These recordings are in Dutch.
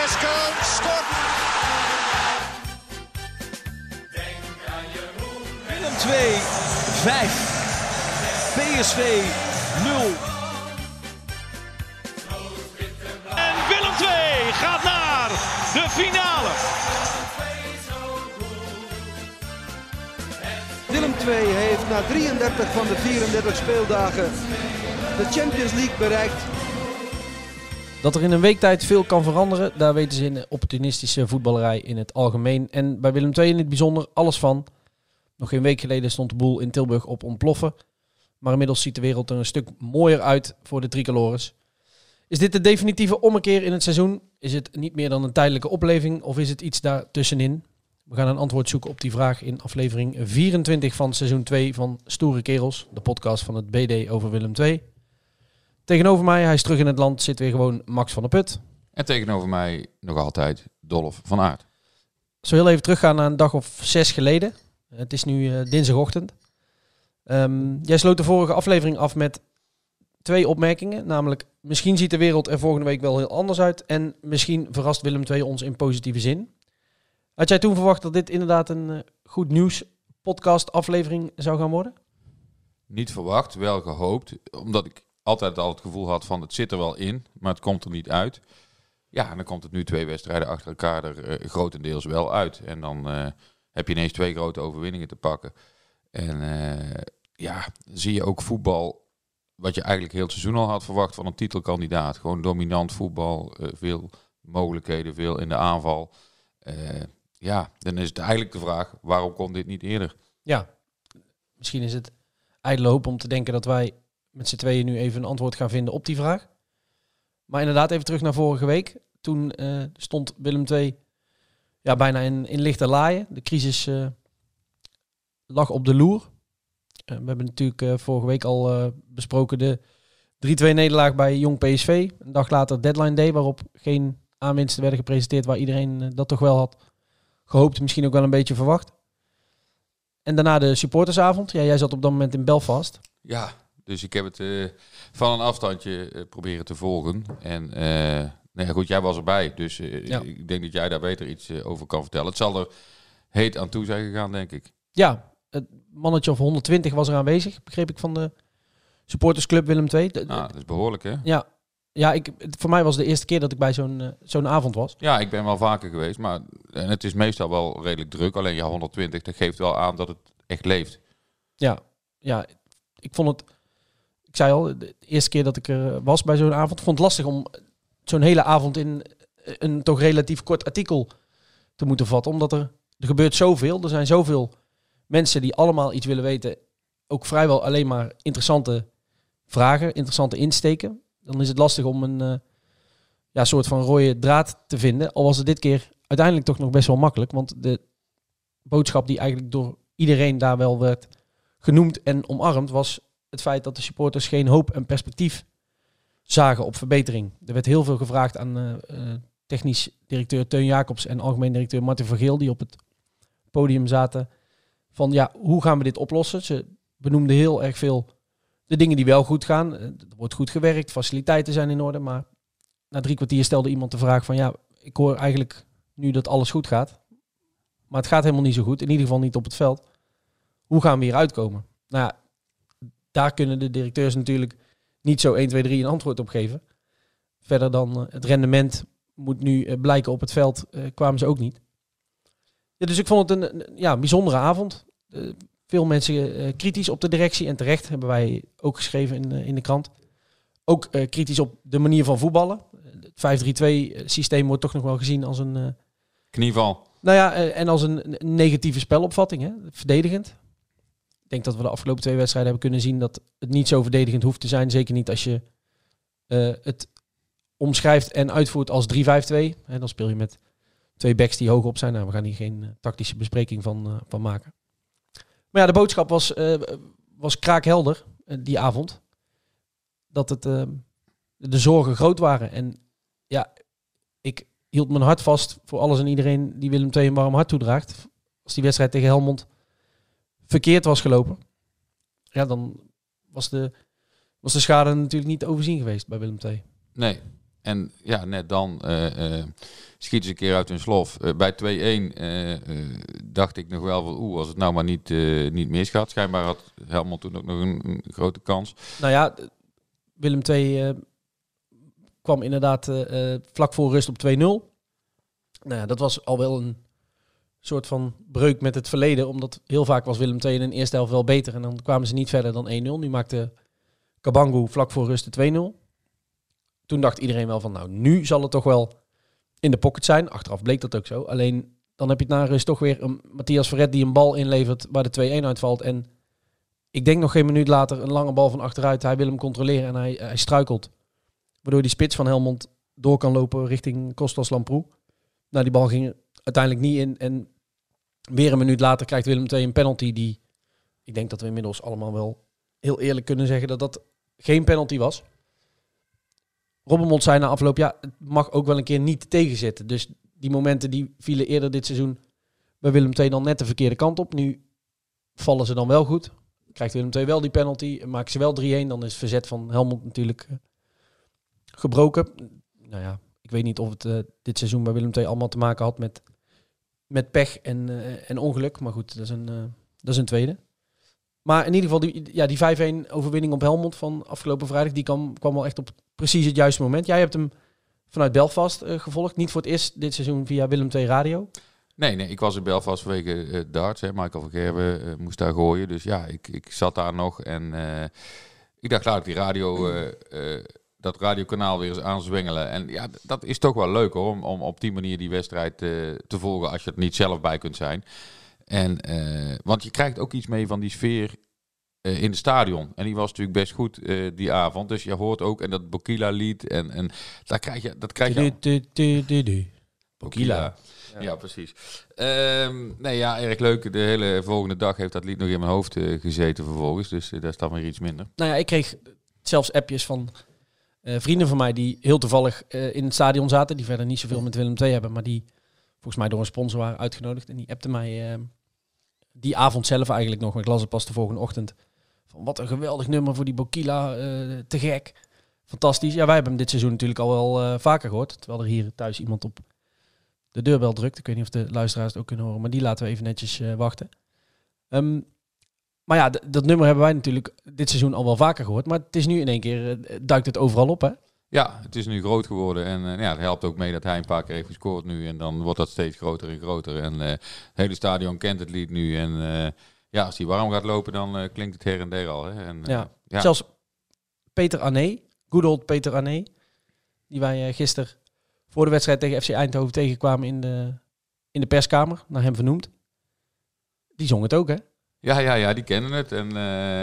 Eskel scoort. Willem 2, 5. PSV 0. En Willem 2 gaat naar de finale. Willem II heeft na 33 van de 34 speeldagen de Champions League bereikt. Dat er in een week tijd veel kan veranderen, daar weten ze in de opportunistische voetballerij in het algemeen. En bij Willem II in het bijzonder alles van. Nog geen week geleden stond de boel in Tilburg op ontploffen. Maar inmiddels ziet de wereld er een stuk mooier uit voor de tricolores. Is dit de definitieve ommekeer in het seizoen? Is het niet meer dan een tijdelijke opleving of is het iets daartussenin? We gaan een antwoord zoeken op die vraag in aflevering 24 van seizoen 2 van Stoere Kerels, de podcast van het BD over Willem II. Tegenover mij, hij is terug in het land, zit weer gewoon Max van der Put. En tegenover mij nog altijd Dolf van Aert. Zo heel even teruggaan naar een dag of 6 geleden. Het is nu dinsdagochtend. Jij sloot de vorige aflevering af met 2 opmerkingen. Namelijk, misschien ziet de wereld er volgende week wel heel anders uit. En misschien verrast Willem II ons in positieve zin. Had jij toen verwacht dat dit inderdaad een goed nieuws podcast aflevering zou gaan worden? Niet verwacht, wel gehoopt. Omdat ik altijd al het gevoel had van het zit er wel in, maar het komt er niet uit. Ja, en dan komt het nu 2 wedstrijden achter elkaar er grotendeels wel uit. En dan heb je ineens 2 grote overwinningen te pakken. En zie je ook voetbal, wat je eigenlijk heel het seizoen al had verwacht van een titelkandidaat. Gewoon dominant voetbal, veel mogelijkheden, veel in de aanval. Dan is het eigenlijk de vraag, waarom kon dit niet eerder? Ja, misschien is het ijdele hoop om te denken dat wij met z'n tweeën nu even een antwoord gaan vinden op die vraag. Maar inderdaad, even terug naar vorige week. Toen stond Willem II bijna in lichte laaien. De crisis lag op de loer. We hebben natuurlijk vorige week al besproken de 3-2 nederlaag bij Jong PSV. Een dag later deadline day, waarop geen aanwinsten werden gepresenteerd, waar iedereen dat toch wel had gehoopt, misschien ook wel een beetje verwacht. En daarna de supportersavond. Ja, jij zat op dat moment in Belfast. Ja, dus ik heb het van een afstandje proberen te volgen. En goed, jij was erbij. Dus ik denk dat jij daar beter iets over kan vertellen. Het zal er heet aan toe zijn gegaan, denk ik. Ja, het mannetje of 120 was er aanwezig, begreep ik, van de supportersclub Willem II. Dat is behoorlijk, hè? Ja, voor mij was het de eerste keer dat ik bij zo'n avond was. Ja, ik ben wel vaker geweest, maar en het is meestal wel redelijk druk. Alleen 120, dat geeft wel aan dat het echt leeft. Ja, ik vond het, ik zei al, de eerste keer dat ik er was bij zo'n avond, vond het lastig om zo'n hele avond in een toch relatief kort artikel te moeten vatten. Omdat er gebeurt zoveel, er zijn zoveel mensen die allemaal iets willen weten. Ook vrijwel alleen maar interessante vragen, interessante insteken. Dan is het lastig om een soort van rode draad te vinden. Al was het dit keer uiteindelijk toch nog best wel makkelijk. Want de boodschap die eigenlijk door iedereen daar wel werd genoemd en omarmd, was het feit dat de supporters geen hoop en perspectief zagen op verbetering. Er werd heel veel gevraagd aan technisch directeur Teun Jacobs en algemeen directeur Martin Vergeel, die op het podium zaten, van hoe gaan we dit oplossen? Ze benoemden heel erg veel de dingen die wel goed gaan. Er wordt goed gewerkt, faciliteiten zijn in orde, maar na 3 kwartier stelde iemand de vraag van ik hoor eigenlijk nu dat alles goed gaat, maar het gaat helemaal niet zo goed, in ieder geval niet op het veld. Hoe gaan we hier uitkomen? Nou ja, daar kunnen de directeurs natuurlijk niet zo 1, 2, 3 een antwoord op geven. Verder dan het rendement moet nu blijken op het veld, kwamen ze ook niet. Ja, dus ik vond het een bijzondere avond. Veel mensen kritisch op de directie en terecht, hebben wij ook geschreven in de krant. Ook kritisch op de manier van voetballen. Het 5-3-2 systeem wordt toch nog wel gezien als een knieval. En als een negatieve spelopvatting, hè? Verdedigend. Ik denk dat we de afgelopen 2 wedstrijden hebben kunnen zien dat het niet zo verdedigend hoeft te zijn. Zeker niet als je het omschrijft en uitvoert als 3-5-2. Dan speel je met 2 backs die hoog op zijn. Nou, we gaan hier geen tactische bespreking van maken. Maar ja, de boodschap was kraakhelder die avond. Dat de zorgen groot waren. En ja, ik hield mijn hart vast voor alles en iedereen die Willem II een warm hart toedraagt. Als die wedstrijd tegen Helmond verkeerd was gelopen, dan was de schade natuurlijk niet te overzien geweest bij Willem II. Nee, En ja, net dan schieten ze een keer uit hun slof. Bij 2-1 dacht ik nog wel van als het nou maar niet misgaat. Schijnbaar had Helmond toen ook nog een grote kans. Nou ja, Willem II kwam inderdaad vlak voor rust op 2-0. Nou ja, dat was al wel een soort van breuk met het verleden. Omdat heel vaak was Willem II in de eerste helft wel beter. En dan kwamen ze niet verder dan 1-0. Nu maakte Kabangu vlak voor rust de 2-0. Toen dacht iedereen wel van, nou, nu zal het toch wel in de pocket zijn. Achteraf bleek dat ook zo. Alleen, dan heb je het na rust toch weer een Matthias Verret die een bal inlevert waar de 2-1 uitvalt. En ik denk nog geen minuut later een lange bal van achteruit. Hij wil hem controleren en hij struikelt. Waardoor die spits van Helmond door kan lopen richting Kostas Lamproe. Nou, die bal ging uiteindelijk niet in. En weer een minuut later krijgt Willem II een penalty die... Ik denk dat we inmiddels allemaal wel heel eerlijk kunnen zeggen dat dat geen penalty was. Robbenmond zei na afloop, ja, het mag ook wel een keer niet tegenzitten. Dus die momenten die vielen eerder dit seizoen bij Willem II dan net de verkeerde kant op. Nu vallen ze dan wel goed. Krijgt Willem II wel die penalty en maken ze wel 3-1. Dan is het verzet van Helmond natuurlijk gebroken. Nou ja, ik weet niet of het dit seizoen bij Willem II allemaal te maken had met pech en ongeluk. Maar goed, dat is een tweede. Maar in ieder geval, die 5-1 overwinning op Helmond van afgelopen vrijdag, die kwam wel echt op precies het juiste moment. Jij hebt hem vanuit Belfast gevolgd. Niet voor het eerst dit seizoen via Willem II Radio. Nee, ik was in Belfast vanwege darts. Hè. Michael van Gerwen moest daar gooien. Dus ja, ik zat daar nog. En ik dacht, laat ik die dat radiokanaal weer eens aanzwengelen. En ja, dat is toch wel leuk hoor, om op die manier die wedstrijd te volgen als je er niet zelf bij kunt zijn. En, want je krijgt ook iets mee van die sfeer in het stadion. En die was natuurlijk best goed die avond. Dus je hoort ook, en dat Bokila-lied. En daar krijg je... Bokila. Ja, precies. Erg leuk. De hele volgende dag heeft dat lied nog in mijn hoofd gezeten vervolgens. Dus daar staat weer iets minder. Nou ja, ik kreeg zelfs appjes van vrienden van mij die heel toevallig in het stadion zaten. Die verder niet zoveel met Willem II hebben. Maar die volgens mij door een sponsor waren uitgenodigd. En die appte mij die avond zelf eigenlijk nog. Maar ik las het pas de volgende ochtend. Van wat een geweldig nummer voor die Bokila. Te gek. Fantastisch. Ja, wij hebben hem dit seizoen natuurlijk al wel vaker gehoord. Terwijl er hier thuis iemand op de deurbel drukt. Ik weet niet of de luisteraars het ook kunnen horen. Maar die laten we even netjes wachten. Maar ja, dat nummer hebben wij natuurlijk dit seizoen al wel vaker gehoord. Maar het is nu in één keer, duikt het overal op, hè? Ja, het is nu groot geworden. En het helpt ook mee dat hij een paar keer heeft gescoord nu. En dan wordt dat steeds groter en groter. En het hele stadion kent het lied nu. En als hij warm gaat lopen, dan klinkt het her en der al. Hè? En, Zelfs Peter Ané, good old Peter Ané, die wij gisteren voor de wedstrijd tegen FC Eindhoven tegenkwamen in de perskamer, naar hem vernoemd. Die zong het ook, hè? Ja, die kennen het. En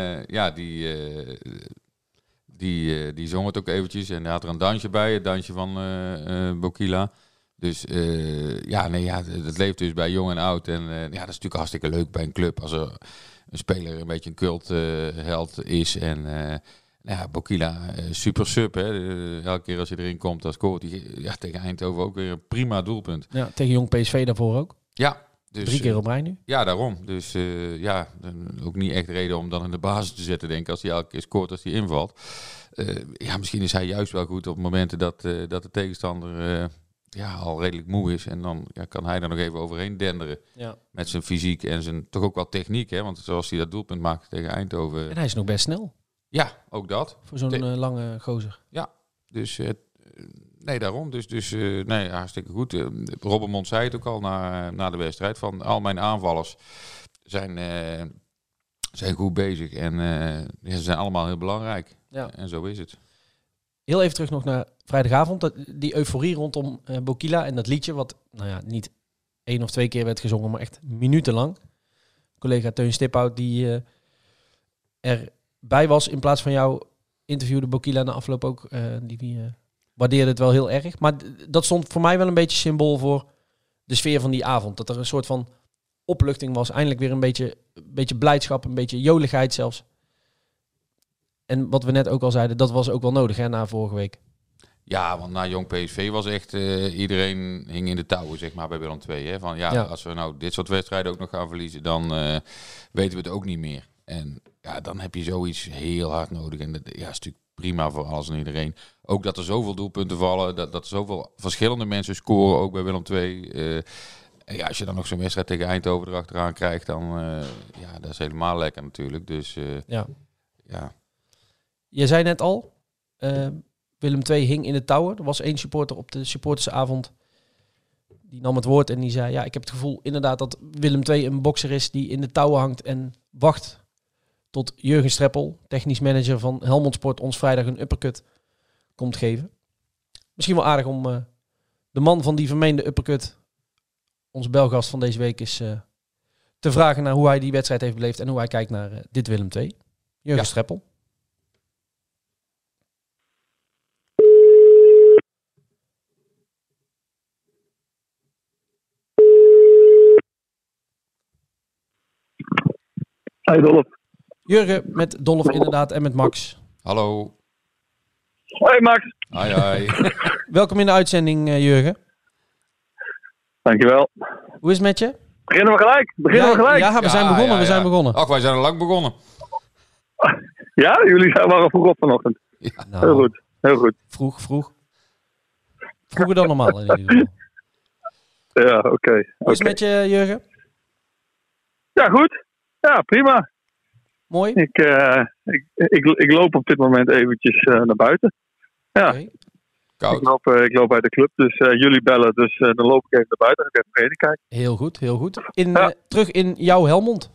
die zong het ook eventjes. En hij had er een dansje bij, het dansje van Bokila. Dus het leeft dus bij jong en oud. En dat is natuurlijk hartstikke leuk bij een club als er een speler een beetje een cultheld is. En Bokila, super sub. Hè. Elke keer als hij erin komt, dan scoort hij tegen Eindhoven ook weer een prima doelpunt. Ja, tegen Jong PSV daarvoor ook. Ja. Dus, 3 keer op rij nu. Ja, daarom. Dus ook niet echt reden om dan in de basis te zetten, denk ik, als hij elke keer scoort als hij invalt. Misschien is hij juist wel goed op momenten dat de tegenstander al redelijk moe is. En dan kan hij er nog even overheen denderen. Ja. Met zijn fysiek en zijn toch ook wel techniek. Hè? Want zoals hij dat doelpunt maakt tegen Eindhoven. En hij is nog best snel. Ja, ook dat. Voor zo'n lange gozer. Ja, dus... daarom. Dus hartstikke goed. Robbenmond zei het ook al na de wedstrijd. Van al mijn aanvallers zijn goed bezig. En ze zijn allemaal heel belangrijk. Ja. En zo is het. Heel even terug nog naar vrijdagavond. Die euforie rondom Bokila en dat liedje. Wat niet 1 of 2 keer werd gezongen, maar echt minutenlang. Collega Teun Stiphout die erbij was in plaats van jou interviewde Bokila na afloop ook. Die waardeerde het wel heel erg. Maar dat stond voor mij wel een beetje symbool voor de sfeer van die avond. Dat er een soort van opluchting was. Eindelijk weer een beetje blijdschap, een beetje joligheid zelfs. En wat we net ook al zeiden, dat was ook wel nodig na vorige week. Ja, want na Jong PSV was echt... iedereen hing in de touwen, zeg maar, bij Willem II. Hè? Van als we nou dit soort wedstrijden ook nog gaan verliezen, dan weten we het ook niet meer. En dan heb je zoiets heel hard nodig. En dat is natuurlijk prima voor alles en iedereen. Ook dat er zoveel doelpunten vallen, dat er zoveel verschillende mensen scoren, ook bij Willem II. Ja, als je dan nog zo'n wedstrijd tegen Eindhoven erachteraan krijgt, dan ja, dat is helemaal lekker natuurlijk. Dus Ja. ja. Je zei net al, Willem II hing in de touwen. Er was 1 supporter op de supportersavond. Die nam het woord en die zei, ja, ik heb het gevoel inderdaad dat Willem II een bokser is die in de touwen hangt en wacht tot Jurgen Streppel, technisch manager van Helmond Sport, ons vrijdag een uppercut komt geven. Misschien wel aardig om de man van die vermeende uppercut, onze belgast van deze week, is te vragen naar hoe hij die wedstrijd heeft beleefd en hoe hij kijkt naar dit Willem II. Jurgen Streppel. Hey Dolf. Jurgen met Dolf inderdaad en met Max. Hallo. Hoi Max. Hi. Welkom in de uitzending, Jurgen. Dankjewel. Hoe is het met je? Beginnen we gelijk? Ja, we zijn begonnen. We zijn begonnen. Ach, wij zijn al lang begonnen. Ja, jullie waren vroeg op vanochtend. Ja. Nou, Heel goed. Vroeg. Vroeger dan normaal in ieder geval. Ja, oké. Hoe is het met je, Jurgen? Ja, goed. Ja, prima. Mooi. Ik loop op dit moment eventjes naar buiten. Ja, Oké. Koud. ik loop bij de club, dus jullie bellen, dus dan loop ik even naar buiten. Dan ga ik even training kijken. Heel goed. Ja. Terug in jouw Helmond.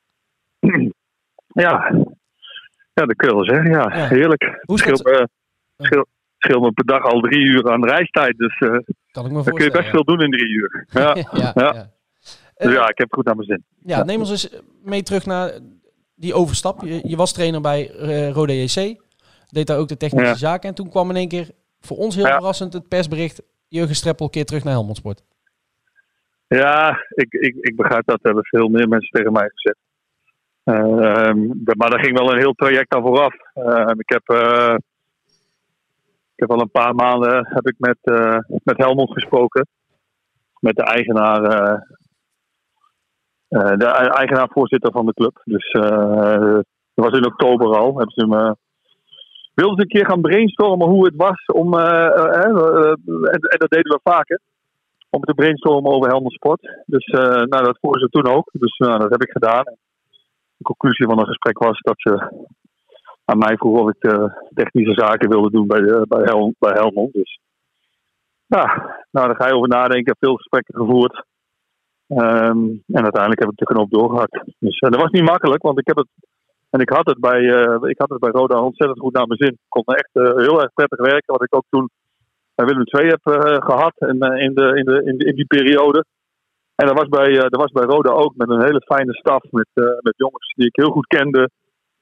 Ja, dat kun je wel zeggen. Ja, Ja. heerlijk. Hoe is dat? Scheelt me per dag al 3 uur aan reistijd, dus Kan ik me dan kun je voorstellen. best veel doen in 3 uur. Ja, Ja. Ja. Dus ja, ik heb het goed naar mijn zin. Ja, neem ons eens mee terug naar die overstap. Je was trainer bij Roda JC. Deed daar ook de technische zaken. En toen kwam in één keer voor ons heel verrassend het persbericht. Jurgen Streppel keert terug naar Helmond Sport. Ja, ik begrijp dat. Hebben veel meer mensen tegen mij gezegd. Maar daar ging wel een heel traject aan vooraf. Ik heb al een paar maanden heb ik met Helmond gesproken. Met de eigenaar... de eigenaar-voorzitter van de club. Dus dat was in oktober al. Hebben ze me wilden ze een keer gaan brainstormen hoe het was om... en dat deden we vaker. Om te brainstormen over Helmond Sport. Dus dat vroegen ze toen ook. Dus dat heb ik gedaan. De conclusie van het gesprek was dat ze aan mij vroegen of ik technische zaken wilde doen bij Helmond. Dus ja, daar ga je over nadenken. Ik heb veel gesprekken gevoerd. En uiteindelijk heb ik de knoop doorgehakt. Dus dat was niet makkelijk, want ik had het bij Roda ontzettend goed naar mijn zin. Ik kon echt heel erg prettig werken, wat ik ook toen bij Willem II heb gehad in die periode. En dat was bij Roda ook met een hele fijne staf, met jongens die ik heel goed kende.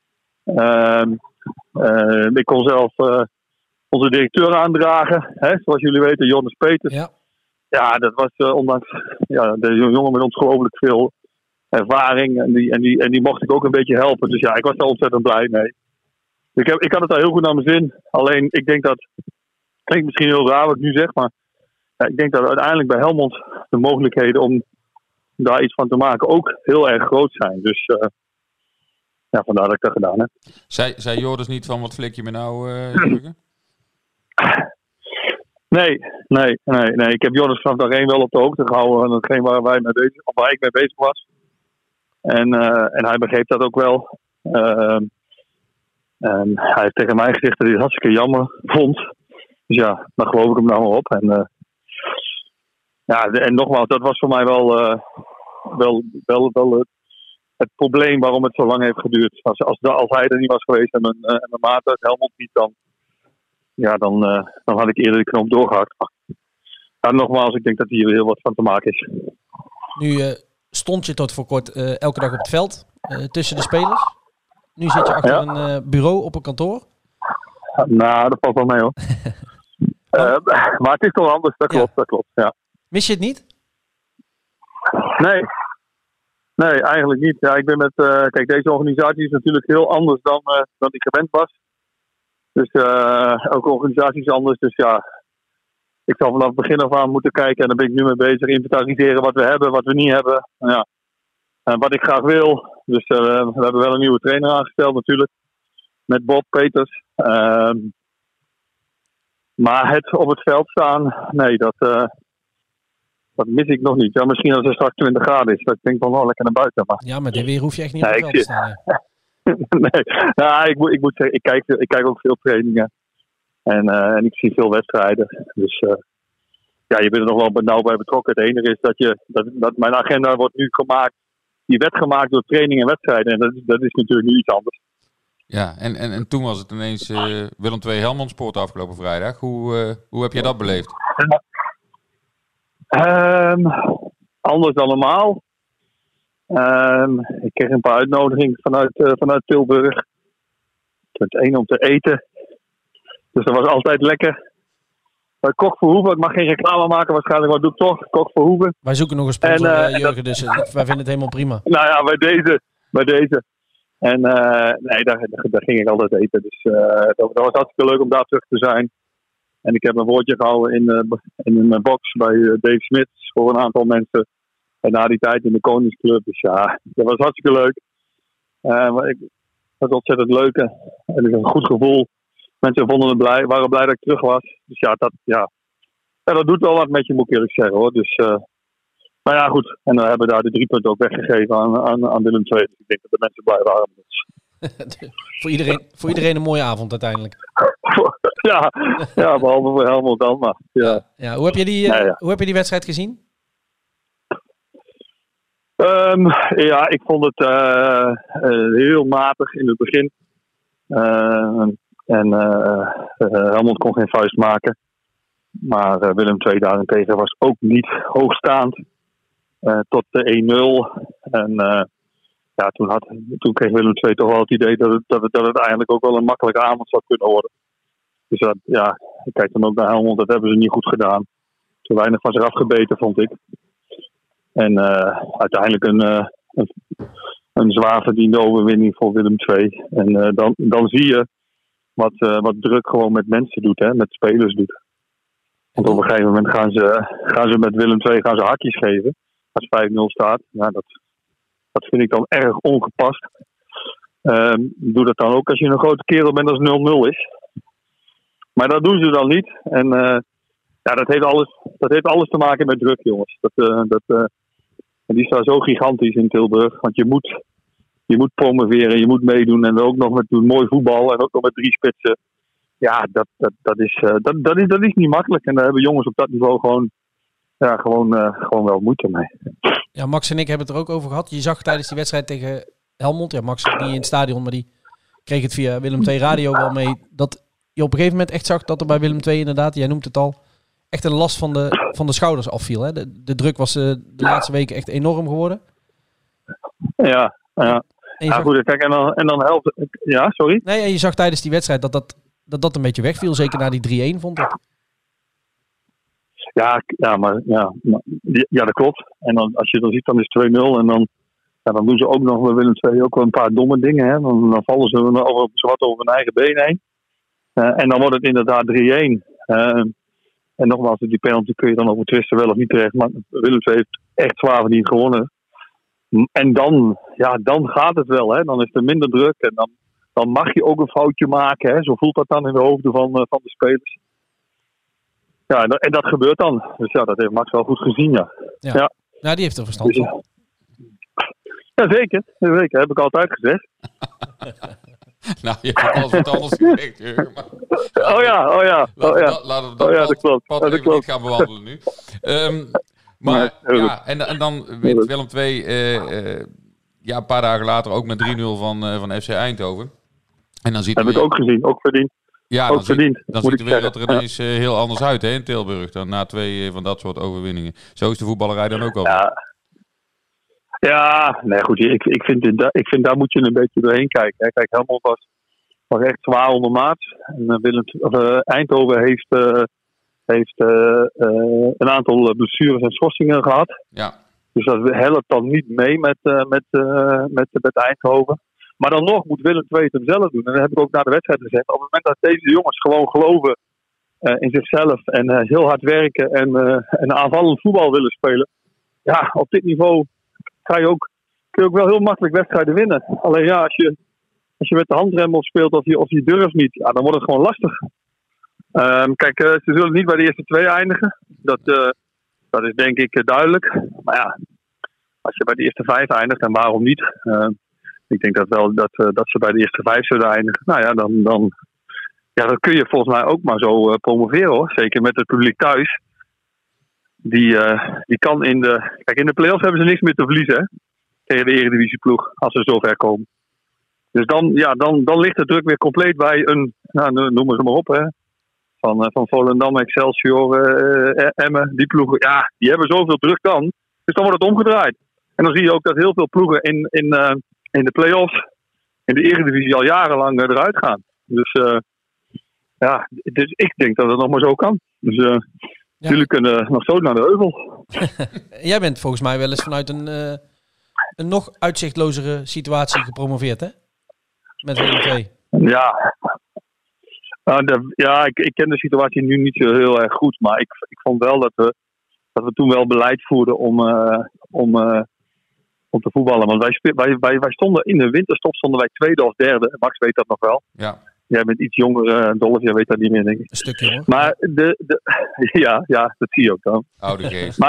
Ik kon zelf onze directeur aandragen, zoals jullie weten, Jonas Peters. Ja. Ja, dat was ondanks de jongen met ongelooflijk veel ervaring. En die mocht ik ook een beetje helpen. Dus ja, ik was daar ontzettend blij mee. Ik had het daar heel goed naar mijn zin. Alleen, ik denk dat... Klinkt misschien heel raar wat ik nu zeg, maar... ik denk dat uiteindelijk bij Helmond de mogelijkheden om daar iets van te maken ook heel erg groot zijn. Dus vandaar dat ik dat gedaan heb. Zei Joris niet van, wat flik je me nou, Jurgen? Nee. Ik heb Jonas vanaf dag 1 wel op de hoogte gehouden van hetgeen waar ik mee bezig was. En hij begreep dat ook wel. En hij heeft tegen mij gezegd dat hij het hartstikke jammer vond. Dus ja, dan geloof ik hem nou maar op. En nogmaals, dat was voor mij wel het probleem waarom het zo lang heeft geduurd. Als hij er niet was geweest en mijn maat uit Helmond niet, dan had ik eerder de knoop doorgehakt. Maar nogmaals, ik denk dat hier heel wat van te maken is. Nu stond je tot voor kort elke dag op het veld tussen de spelers. Nu zit je achter een bureau op een kantoor. Nou, dat valt wel mee hoor. Maar het is toch anders, dat klopt. Ja. Mis je het niet? Nee, eigenlijk niet. Ja, ik ben kijk, deze organisatie is natuurlijk heel anders dan ik gewend was. Dus elke organisatie is anders. Dus ja, ik zal vanaf het begin af aan moeten kijken. En daar ben ik nu mee bezig. Inventariseren wat we hebben, wat we niet hebben. Ja. En wat ik graag wil. Dus we hebben wel een nieuwe trainer aangesteld natuurlijk. met Bob Peters. Maar het op het veld staan, nee, dat mis ik nog niet. Ja, misschien als het straks 20 graden is. Dat ik denk van, lekker naar buiten. Maar... Ja, met dit weer hoef je echt niet op het veld te staan. Nee, ik moet zeggen, ik kijk ook veel trainingen. En ik zie veel wedstrijden. Dus ja, je bent er nog wel nauw bij betrokken. Het enige is dat mijn agenda wordt nu gemaakt. Die werd gemaakt door training en wedstrijden. En dat is natuurlijk nu iets anders. Ja, en toen was het ineens Willem II Helmond Sport afgelopen vrijdag. Hoe heb jij dat beleefd? Anders dan normaal. Ik kreeg een paar uitnodigingen vanuit Tilburg. Het een om te eten. Dus dat was altijd lekker. Kok Verhoeven, ik mag geen reclame maken waarschijnlijk, maar doe ik toch. Kok Verhoeven. Wij zoeken nog een sponsor, Jurgen, dus wij vinden het helemaal prima. Nou ja, bij deze. En nee, daar ging ik altijd eten. Dus dat was hartstikke leuk om daar terug te zijn. En ik heb een woordje gehouden in een box bij Dave Smits voor een aantal mensen. En na die tijd in de Koningsclub. Dus ja, dat was hartstikke leuk. Het was ontzettend leuk. En het is een goed gevoel. Mensen waren blij dat ik terug was. Dus ja, dat doet wel wat met je, moet ik eerlijk zeggen hoor. Dus, maar ja, goed. En dan hebben we daar de 3 punten ook weggegeven aan Willem II. Dus ik denk dat de mensen blij waren met ons. voor iedereen een mooie avond uiteindelijk. ja, behalve voor Helmond dan. Maar, ja. Ja, hoe heb je die wedstrijd gezien? Ja, ik vond het heel matig in het begin. Helmond kon geen vuist maken. Maar Willem II daarentegen was ook niet hoogstaand. Tot de 1-0. En ja, toen kreeg Willem II toch wel het idee dat het eigenlijk ook wel een makkelijke avond zou kunnen worden. Dus ik kijk dan ook naar Helmond. Dat hebben ze niet goed gedaan. Te weinig van zich afgebeten, vond ik. En uiteindelijk een zwaar verdiende overwinning voor Willem II. En dan zie je wat druk gewoon met mensen doet, hè, met spelers doet. Want op een gegeven moment gaan ze met Willem II hakjes geven. Als 5-0 staat. Ja, dat vind ik dan erg ongepast. Doe dat dan ook als je een grote kerel bent als 0-0 is. Maar dat doen ze dan niet. En dat heeft alles te maken met druk, jongens. Die staat zo gigantisch in Tilburg. Want je moet promoveren, je moet meedoen. En ook nog met mooi voetbal. En ook nog met 3 spitsen. Ja, dat is niet makkelijk. En daar hebben jongens op dat niveau gewoon wel moeite mee. Ja, Max en ik hebben het er ook over gehad. Je zag tijdens die wedstrijd tegen Helmond. Ja, Max niet in het stadion, maar die kreeg het via Willem II Radio wel mee. Dat je op een gegeven moment echt zag dat er bij Willem II inderdaad, jij noemt het al, echt een last van de schouders afviel. Hè? De druk was de laatste weken echt enorm geworden. Ja. Goed, kijk, en dan helpt het. Ja, sorry? Nee, en je zag tijdens die wedstrijd dat een beetje wegviel. Zeker na die 3-1, vond ik. Ja, dat klopt. En dan, als je dan ziet, dan is het 2-0. En dan doen ze ook nog bij Willem II ook wel een paar domme dingen. Hè? Dan vallen ze over hun eigen been heen. En dan wordt het inderdaad 3-1. En nogmaals, die penalty kun je dan over twisten wel of niet terecht. Maar Willem II heeft echt zwaar verdiend gewonnen. En dan gaat het wel. Hè? Dan is er minder druk. En dan mag je ook een foutje maken. Hè? Zo voelt dat dan in de hoofden van de spelers. Ja, en dat gebeurt dan. Dus ja, dat heeft Max wel goed gezien, ja. Ja, die heeft er verstand van. Ja, zeker. Dat heb ik altijd gezegd. Nou, je hebt al wat anders gezegd, Jurgen. Laten we dat klopt. Gaan behandelen nu. Maar ja, en dan wint Willem II een paar dagen later ook met 3-0 van FC Eindhoven. En dan heb ik ook gezien, ook verdiend. Ja, dan ziet de wereld er ineens heel anders uit, hè, in Tilburg. Dan na 2 van dat soort overwinningen. Zo is de voetballerij dan ook al. Ja, nee goed. Ik vind daar moet je een beetje doorheen kijken. Hè. Kijk, Helmond was echt zwaar ondermaats. En Eindhoven heeft een aantal blessures en schorsingen gehad. Ja. Dus dat helpt dan niet mee met Eindhoven. Maar dan nog moet Willem II het hem zelf doen. En dat heb ik ook na de wedstrijd gezegd. Op het moment dat deze jongens gewoon geloven in zichzelf en heel hard werken en aanvallend voetbal willen spelen. Ja, op dit niveau kun je ook wel heel makkelijk wedstrijden winnen. Alleen ja, als je als je met de handrem speelt of je durft niet, ja, dan wordt het gewoon lastig. Kijk, ze zullen niet bij de eerste 2 eindigen. Dat is denk ik duidelijk. Maar ja, als je bij de eerste 5 eindigt, en waarom niet? Ik denk dat wel dat ze bij de eerste 5 zullen eindigen. Nou ja, dan kun je volgens mij ook maar zo promoveren, hoor. Zeker met het publiek thuis. Die kan in de play-offs hebben ze niks meer te verliezen, hè? Tegen de Eredivisieploeg, als ze zover komen. Dus dan ligt de druk weer compleet bij noemen ze maar op, hè. Van Volendam, Excelsior, Emmen, die ploegen. Ja, die hebben zoveel druk dan. Dus dan wordt het omgedraaid. En dan zie je ook dat heel veel ploegen in de play-offs, in de Eredivisie al jarenlang eruit gaan. Dus dus ik denk dat het nog maar zo kan. Dus jullie kunnen nog zo naar de heuvel. Jij bent volgens mij wel eens vanuit een nog uitzichtlozere situatie gepromoveerd, hè? Met Willem II. Ja. Ik ken de situatie nu niet zo heel erg goed. Maar ik vond wel dat we toen wel beleid voerden om te voetballen. Want wij stonden in de winterstop wij 2e of 3e. Max weet dat nog wel. Ja. Jij bent iets jonger, Dolph, jij weet dat niet meer, denk ik. Een stukje, hoor. Maar ja, dat zie je ook dan. Oude geest.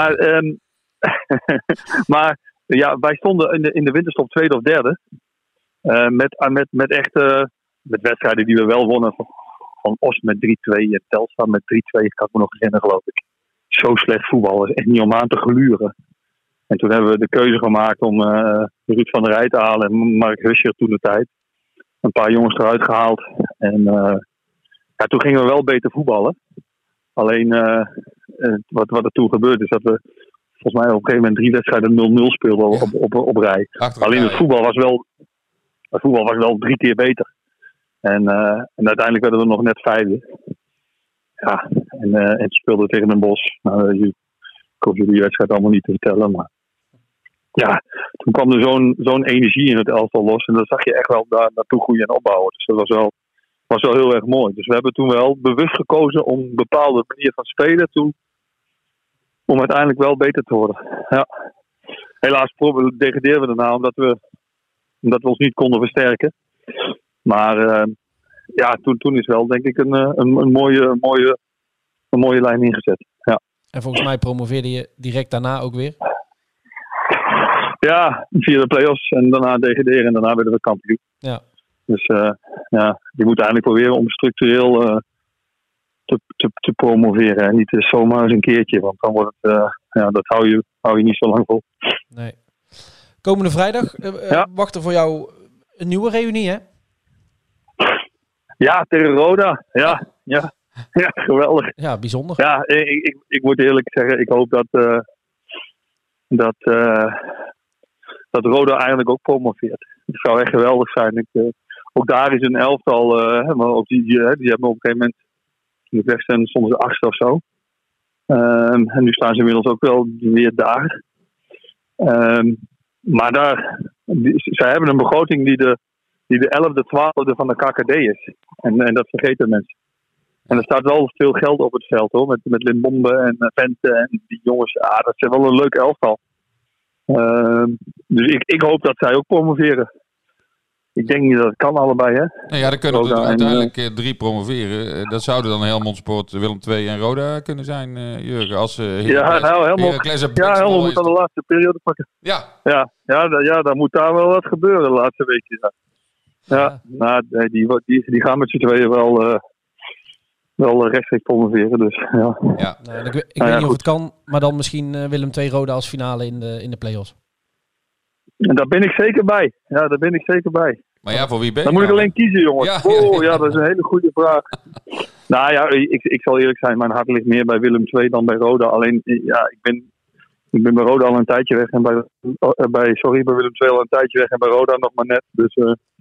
Maar ja, wij stonden in de winterstop 2e of 3e. Met wedstrijden die we wel wonnen. Van Os met 3-2 en Telstar met 3-2, kan ik me nog herinneren, geloof ik. Zo slecht voetbal, dat is echt niet om aan te gluren. En toen hebben we de keuze gemaakt om Ruud van der Rij te halen en Mark Huscher toen de tijd. Een paar jongens eruit gehaald. En toen gingen we wel beter voetballen. Alleen wat er toen gebeurde is dat we volgens mij op een gegeven moment 3 wedstrijden 0-0 speelden op rij. Alleen het voetbal was wel 3 keer beter. En uiteindelijk werden we nog net 5e. Ja, en speelden we tegen Den Bosch. Ik hoef jullie die wedstrijd allemaal niet te vertellen, maar ja, toen kwam er zo'n energie in het elftal los. En dat zag je echt wel daar naartoe groeien en opbouwen. Dus dat was wel heel erg mooi. Dus we hebben toen wel bewust gekozen om een bepaalde manier van spelen om uiteindelijk wel beter te worden. Ja. Helaas degradeerden we daarna omdat we ons niet konden versterken. Maar toen is wel denk ik een mooie lijn ingezet. Ja. En volgens mij promoveerde je direct daarna ook weer? Ja, via de play-offs en daarna degraderen en daarna werden we kampioen. Ja. Dus je moet eigenlijk proberen om structureel te promoveren. En niet zomaar eens een keertje, want dan wordt het, dat hou je niet zo lang vol. Nee. Komende vrijdag wacht er voor jou een nieuwe reunie, hè? Ja, tegen Roda. Ja, geweldig. Ja, bijzonder. Ja, ik moet eerlijk zeggen, ik hoop dat Roda eigenlijk ook promoveert. Het zou echt geweldig zijn. Ook daar is een elftal, maar ook die hebben op een gegeven moment in de wegstand stonden ze 8e of zo. En nu staan ze inmiddels ook wel weer daar. Maar zij hebben een begroting die de 11e, 12e van de KKD is. En dat vergeten mensen. En er staat wel veel geld op het veld, hoor. Met Limbombe en Vente en die jongens. Dat is wel een leuk elftal. Dus ik hoop dat zij ook promoveren. Ik denk niet dat het kan allebei, hè? Nou ja, dan kunnen er uiteindelijk 3 promoveren. Dat zouden dan Helmond Sport, Willem II en Roda kunnen zijn, Jurgen. Als Helmond moet dan de laatste periode pakken. Ja, dan moet daar wel wat gebeuren de laatste weekjes. Die gaan met z'n tweeën wel rechtstreeks promoveren. Dus, ja. Nou, ik weet niet of het kan, maar dan misschien Willem II Roda als finale in de play-offs. En daar ben ik zeker bij. Ja, daar ben ik zeker bij. Maar ja, voor wie ben je? Dan moet ik alleen kiezen, jongens. Dat is een hele goede vraag. Nou ja, ik zal eerlijk zijn, mijn hart ligt meer bij Willem II dan bij Roda. Alleen, ja, ik ben bij Roda al een tijdje weg en bij Willem II al een tijdje weg en bij Roda nog maar net. Dus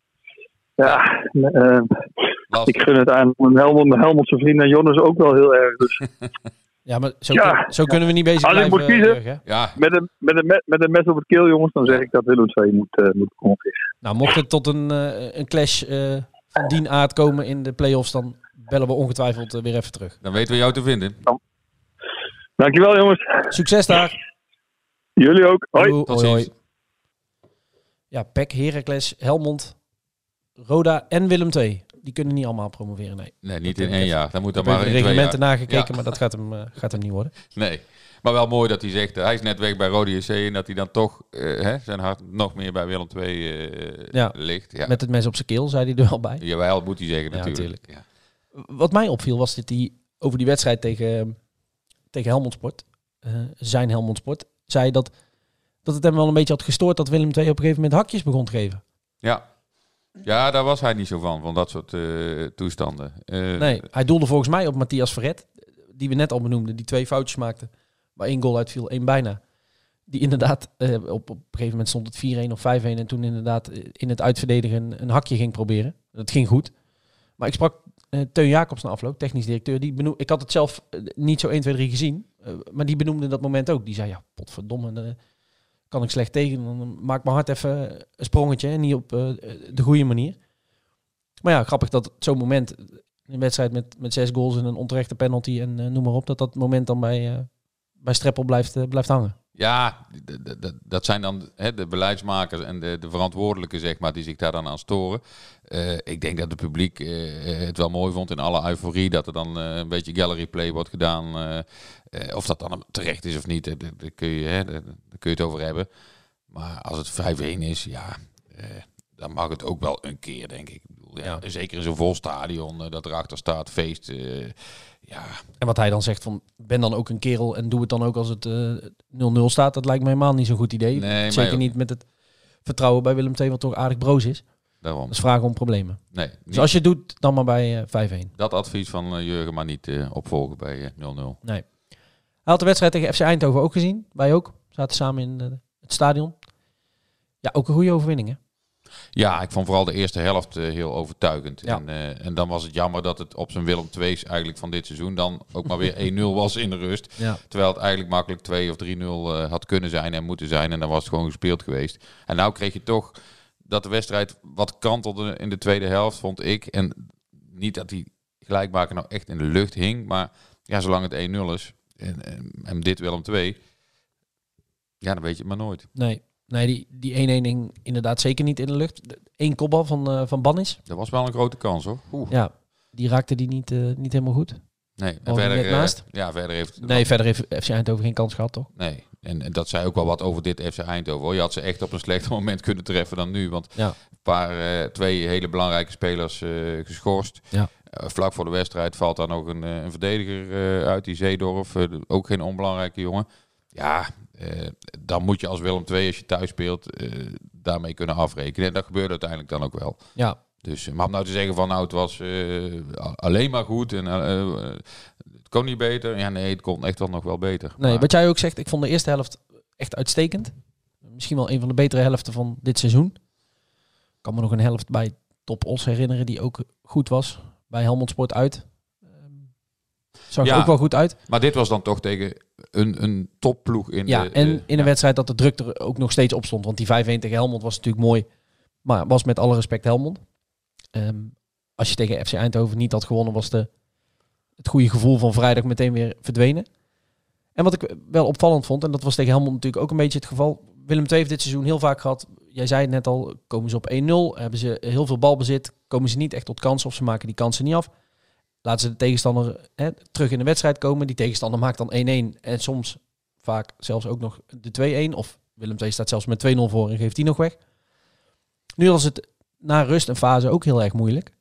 ik gun het aan mijn Helmondse vriend en Jonas ook wel heel erg. Dus. Ja, maar zo kunnen we niet bezig blijven. Als ik moet kiezen, met een mes op het keel, jongens, dan zeg ik dat Willem II moet promoveren. Nou, mocht het tot een clash van die aard komen in de play-offs, dan bellen we ongetwijfeld weer even terug. Dan weten we jou te vinden. Dankjewel, jongens. Succes daar. Jullie ook. Hoi. Tot ziens. Ja, PEC, Heracles, Helmond, Roda en Willem II. Die kunnen niet allemaal promoveren, nee. Nee, niet in 1 jaar. Dan moet Ik dan heb maar de in 2 jaar. reglementen nagekeken, maar dat gaat hem niet worden. Nee. Maar wel mooi dat hij zegt, hij is net weg bij Rode JC en dat hij dan toch zijn hart nog meer bij Willem II ligt. Ja. Met het mes op zijn keel, zei hij er wel bij. Jawel, moet hij zeggen Ja, natuurlijk. Ja. Wat mij opviel was dat hij over die wedstrijd tegen Helmond Sport, zijn Helmond Sport, zei dat het hem wel een beetje had gestoord dat Willem II op een gegeven moment hakjes begon te geven. Ja, daar was hij niet zo van dat soort toestanden. Nee, hij doelde volgens mij op Matthias Verret, die we net al benoemden, die 2 foutjes maakte. Waar 1 goal uitviel, 1 bijna. Die inderdaad, op een gegeven moment stond het 4-1 of 5-1 en toen inderdaad in het uitverdedigen een hakje ging proberen. Dat ging goed. Maar ik sprak Teun Jacobs na afloop, technisch directeur. Ik had het zelf niet zo 1, 2, 3 gezien, maar die benoemde dat moment ook. Die zei, ja, potverdomme, daar kan ik slecht tegen. Dan maak mijn hart even een sprongetje en niet op de goede manier. Maar ja, grappig dat zo'n moment, een wedstrijd met 6 goals en een onterechte penalty en noem maar op, dat moment dan bij Streppel blijft hangen. Ja, dat zijn dan de beleidsmakers en de verantwoordelijken, zeg maar, die zich daar dan aan storen. Ik denk dat het publiek het wel mooi vond in alle euforie, dat er dan een beetje gallery play wordt gedaan. Of dat dan terecht is of niet, daar kun je het over hebben. Maar als het 5-1 is, dan mag het ook wel een keer, denk ik. Zeker in zo'n vol stadion, dat erachter staat, feest. En wat hij dan zegt van, ben dan ook een kerel en doe het dan ook als het 0-0 staat. Dat lijkt me helemaal niet zo'n goed idee. Nee, Zeker niet met het vertrouwen bij Willem II, wat toch aardig broos is. Daarom. Dat is vragen om problemen. Nee, Dus als je het doet, dan maar bij 5-1. Dat advies van Jurgen maar niet opvolgen bij 0-0. Nee. Hij had de wedstrijd tegen FC Eindhoven ook gezien. Wij ook. Zaten samen in het stadion. Ja, ook een goede overwinning, hè? Ja, ik vond vooral de eerste helft heel overtuigend. Ja. En dan was het jammer dat het op zijn Willem II's eigenlijk van dit seizoen dan ook maar weer 1-0 was in de rust. Ja. Terwijl het eigenlijk makkelijk 2 of 3-0 had kunnen zijn en moeten zijn. En dan was het gewoon gespeeld geweest. En nou kreeg je toch dat de wedstrijd wat kantelde in de tweede helft, vond ik. En niet dat die gelijkmaker nou echt in de lucht hing. Maar ja, zolang het 1-0 is en dit Willem II, ja, dan weet je het maar nooit. Nee, die 1-1 hing inderdaad zeker niet in de lucht. 1 kopbal van Bannis. Dat was wel een grote kans, hoor. Ja, die raakte die niet helemaal goed. Nee, en Verder verder heeft FC Eindhoven geen kans gehad, toch? Nee, en dat zei ook wel wat over dit FC Eindhoven, hoor. Je had ze echt op een slechter moment kunnen treffen dan nu. Want een 2 hele belangrijke spelers geschorst. Ja. Vlak voor de wedstrijd valt daar nog een verdediger uit, die Zeedorf. Ook geen onbelangrijke jongen. Ja, dan moet je als Willem II, als je thuis speelt, daarmee kunnen afrekenen. En dat gebeurde uiteindelijk dan ook wel. Ja. Dus, maar om nou te zeggen van, nou, het was alleen maar goed en het kon niet beter. Ja, nee, het kon echt wel nog wel beter. Nee, maar wat jij ook zegt, ik vond de eerste helft echt uitstekend. Misschien wel een van de betere helften van dit seizoen. Ik kan me nog een helft bij Top Os herinneren die ook goed was. Bij Helmond Sport uit. Zag er ook wel goed uit. Maar dit was dan toch tegen een topploeg in in een wedstrijd dat de druk er ook nog steeds op stond. Want die 5-1 tegen Helmond was natuurlijk mooi. Maar was met alle respect Helmond. Als je tegen FC Eindhoven niet had gewonnen, was het goede gevoel van vrijdag meteen weer verdwenen. En wat ik wel opvallend vond, en dat was tegen Helmond natuurlijk ook een beetje het geval. Willem II heeft dit seizoen heel vaak gehad. Jij zei het net al, komen ze op 1-0. Hebben ze heel veel balbezit. Komen ze niet echt tot kansen of ze maken die kansen niet af. Laten ze de tegenstander terug in de wedstrijd komen. Die tegenstander maakt dan 1-1. En soms vaak zelfs ook nog de 2-1. Of Willem II staat zelfs met 2-0 voor en geeft die nog weg. Nu was het na rust en fase ook heel erg moeilijk.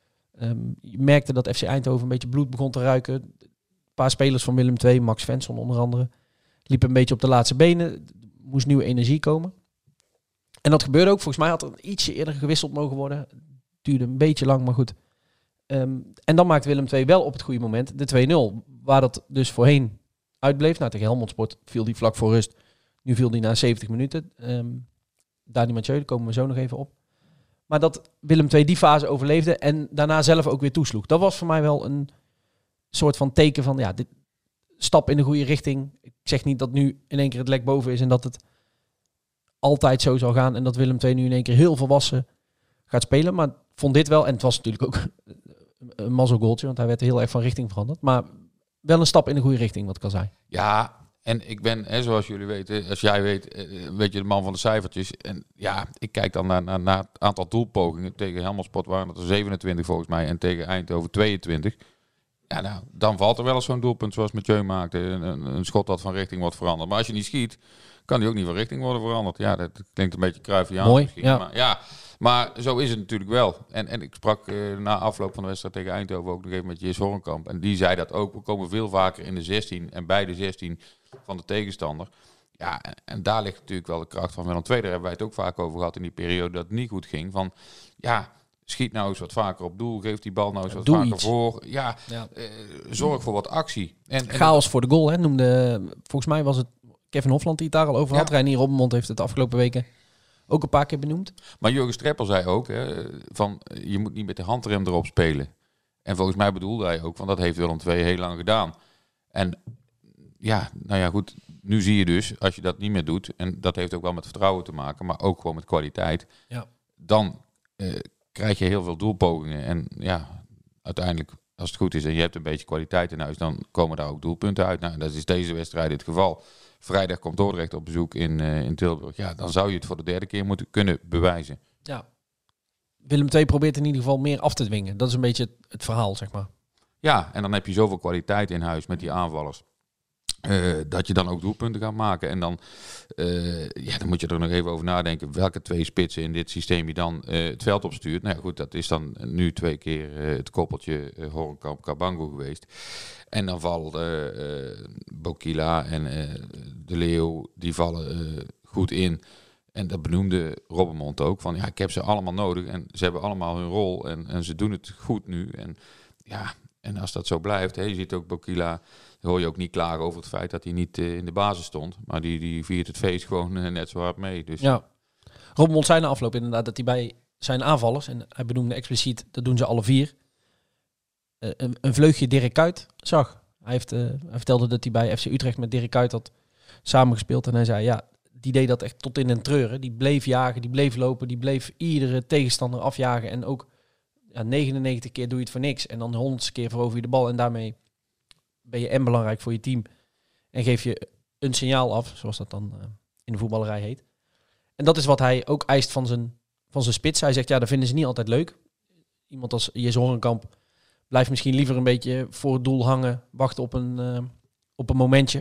Je merkte dat FC Eindhoven een beetje bloed begon te ruiken. Een paar spelers van Willem II, Max Svensson onder andere, liepen een beetje op de laatste benen. Er moest nieuwe energie komen. En dat gebeurde ook. Volgens mij had er ietsje eerder gewisseld mogen worden. Het duurde een beetje lang, maar goed. En dan maakt Willem II wel op het goede moment de 2-0. Waar dat dus voorheen uitbleef. Nou, tegen Helmond Sport viel die vlak voor rust. Nu viel die na 70 minuten. Dani Mathieu, daar komen we zo nog even op. Maar dat Willem II die fase overleefde en daarna zelf ook weer toesloeg. Dat was voor mij wel een soort van teken van, ja, dit stap in de goede richting. Ik zeg niet dat nu in één keer het lek boven is en dat het altijd zo zal gaan. En dat Willem II nu in één keer heel volwassen gaat spelen. Maar vond dit wel, en het was natuurlijk ook een mazzelgoaltje, want hij werd heel erg van richting veranderd. Maar wel een stap in de goede richting, wat ik al zei. Ja, En ik ben, zoals jullie weten, als jij weet, weet je de man van de cijfertjes. En ja, ik kijk dan naar het aantal doelpogingen. Tegen Helmond waren het er 27 volgens mij en tegen Eindhoven 22. Ja, nou, dan valt er wel eens zo'n doelpunt zoals Mathieu maakte. Een schot dat van richting wordt veranderd. Maar als je niet schiet, kan die ook niet van richting worden veranderd. Ja, dat klinkt een beetje Cruyffiaans Mooi, misschien. ja. Maar zo is het natuurlijk wel. En ik sprak na afloop van de wedstrijd tegen Eindhoven ook nog even met Jis Hornkamp. En die zei dat ook. We komen veel vaker in de 16 en bij de 16 van de tegenstander. Ja, en daar ligt natuurlijk wel de kracht van Willem II. Daar hebben wij het ook vaak over gehad in die periode dat het niet goed ging. Van, ja, schiet nou eens wat vaker op doel. Geef die bal nou eens wat Doe vaker iets. voor. Ja, zorg voor wat actie. En Chaos voor de goal, hè, noemde... Volgens mij was het Kevin Hofland die het daar al over had. Reinier Robbenmond heeft het de afgelopen weken ook een paar keer benoemd. Maar Jurgen Streppel zei ook, van je moet niet met de handrem erop spelen. En volgens mij bedoelde hij ook, want dat heeft Willem II heel lang gedaan. En ja, nou ja, goed. Nu zie je dus, als je dat niet meer doet, en dat heeft ook wel met vertrouwen te maken, maar ook gewoon met kwaliteit, dan krijg je heel veel doelpogingen. En ja, uiteindelijk, als het goed is en je hebt een beetje kwaliteit in huis, dan komen daar ook doelpunten uit. Nou, dat is deze wedstrijd het geval. Vrijdag komt Dordrecht op bezoek in Tilburg. Ja, dan zou je het voor de derde keer moeten kunnen bewijzen. Ja. Willem II probeert in ieder geval meer af te dwingen. Dat is een beetje het verhaal, zeg maar. Ja, en dan heb je zoveel kwaliteit in huis met die aanvallers. Dat je dan ook doelpunten gaat maken. En dan, dan moet je er nog even over nadenken. Welke twee spitsen in dit systeem je dan het veld opstuurt. Nou ja, goed, dat is dan nu 2 keer het koppeltje Hornkamp-Cabango geweest. En dan valt Bokila en De Leeuw, die vallen goed in. En dat benoemde Robbenmond ook. Van ja, ik heb ze allemaal nodig. En ze hebben allemaal hun rol. En ze doen het goed nu. En ja, en als dat zo blijft. Je ziet ook Bokila. Hoor je ook niet klagen over het feit dat hij niet in de basis stond. Maar die viert het feest gewoon net zo hard mee. Dus. Ja. Robbenmond zei na afloop inderdaad dat hij bij zijn aanvallers, en hij benoemde expliciet, dat doen ze alle 4, een vleugje Dirk Kuyt zag. Hij vertelde dat hij bij FC Utrecht met Dirk Kuyt had samengespeeld. En hij zei, ja, die deed dat echt tot in den treuren. Die bleef jagen, die bleef lopen, die bleef iedere tegenstander afjagen. En ook 99 keer doe je het voor niks. En dan 100ste keer verover je de bal. En daarmee ben je belangrijk voor je team. En geef je een signaal af, zoals dat dan in de voetballerij heet. En dat is wat hij ook eist van zijn spits. Hij zegt, ja, dat vinden ze niet altijd leuk. Iemand als Jis Hornkamp blijft misschien liever een beetje voor het doel hangen, wachten op een momentje.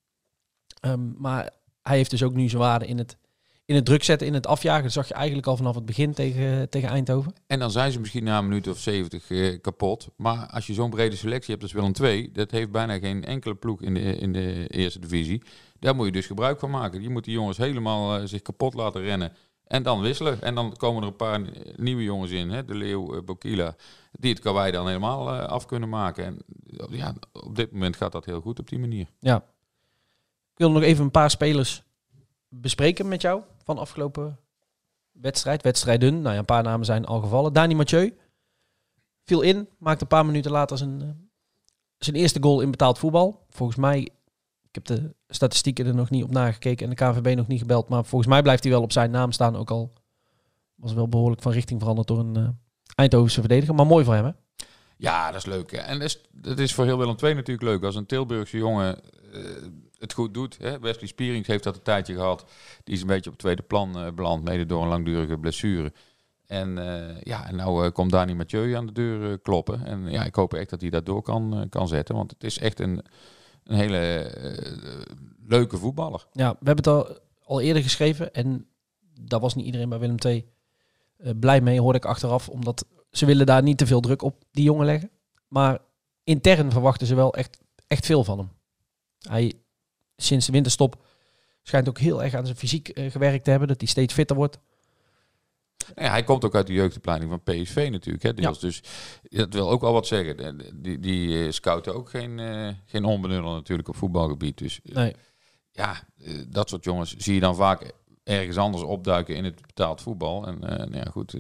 Maar hij heeft dus ook nu zijn waarde in het druk zetten, in het afjagen. Dat zag je eigenlijk al vanaf het begin tegen Eindhoven. En dan zijn ze misschien na een minuut of 70 kapot. Maar als je zo'n brede selectie hebt als Willem II, dat heeft bijna geen enkele ploeg in de eerste divisie. Daar moet je dus gebruik van maken. Je moet die jongens helemaal zich kapot laten rennen. En dan wisselen. En dan komen er een paar nieuwe jongens in. De Leeuw, Bokila. Die het karwei dan helemaal af kunnen maken. En ja, op dit moment gaat dat heel goed op die manier. Ja. Ik wil nog even een paar spelers bespreken met jou van afgelopen wedstrijden. Nou ja, een paar namen zijn al gevallen. Dani Mathieu viel in, maakte een paar minuten later zijn eerste goal in betaald voetbal. Volgens mij, ik heb de statistieken er nog niet op nagekeken en de KNVB nog niet gebeld, maar volgens mij blijft hij wel op zijn naam staan, ook al was wel behoorlijk van richting veranderd door een Eindhovense verdediger. Maar mooi voor hem, hè? Ja, dat is leuk. Hè? En dat is voor heel Willem II natuurlijk leuk. Als een Tilburgse jongen het goed doet. Hè? Wesley Spierings heeft dat een tijdje gehad. Die is een beetje op het tweede plan beland, mede door een langdurige blessure. En nou komt Dani Mathieu aan de deur kloppen. En ja, ik hoop echt dat hij dat door kan zetten. Want het is echt een hele leuke voetballer. Ja, we hebben het al eerder geschreven. En daar was niet iedereen bij Willem II blij mee, hoorde ik achteraf. Omdat ze willen daar niet te veel druk op die jongen leggen. Maar intern verwachten ze wel echt veel van hem. Hij, sinds de winterstop, schijnt ook heel erg aan zijn fysiek gewerkt te hebben. Dat hij steeds fitter wordt. Ja, hij komt ook uit de jeugdopleiding van PSV natuurlijk. Hè, deels. Ja. Dus dat wil ook al wat zeggen. Die scouten ook geen onbenullen natuurlijk op voetbalgebied. Dus Nee. Dat soort jongens zie je dan vaak ergens anders opduiken in het betaald voetbal. En goed.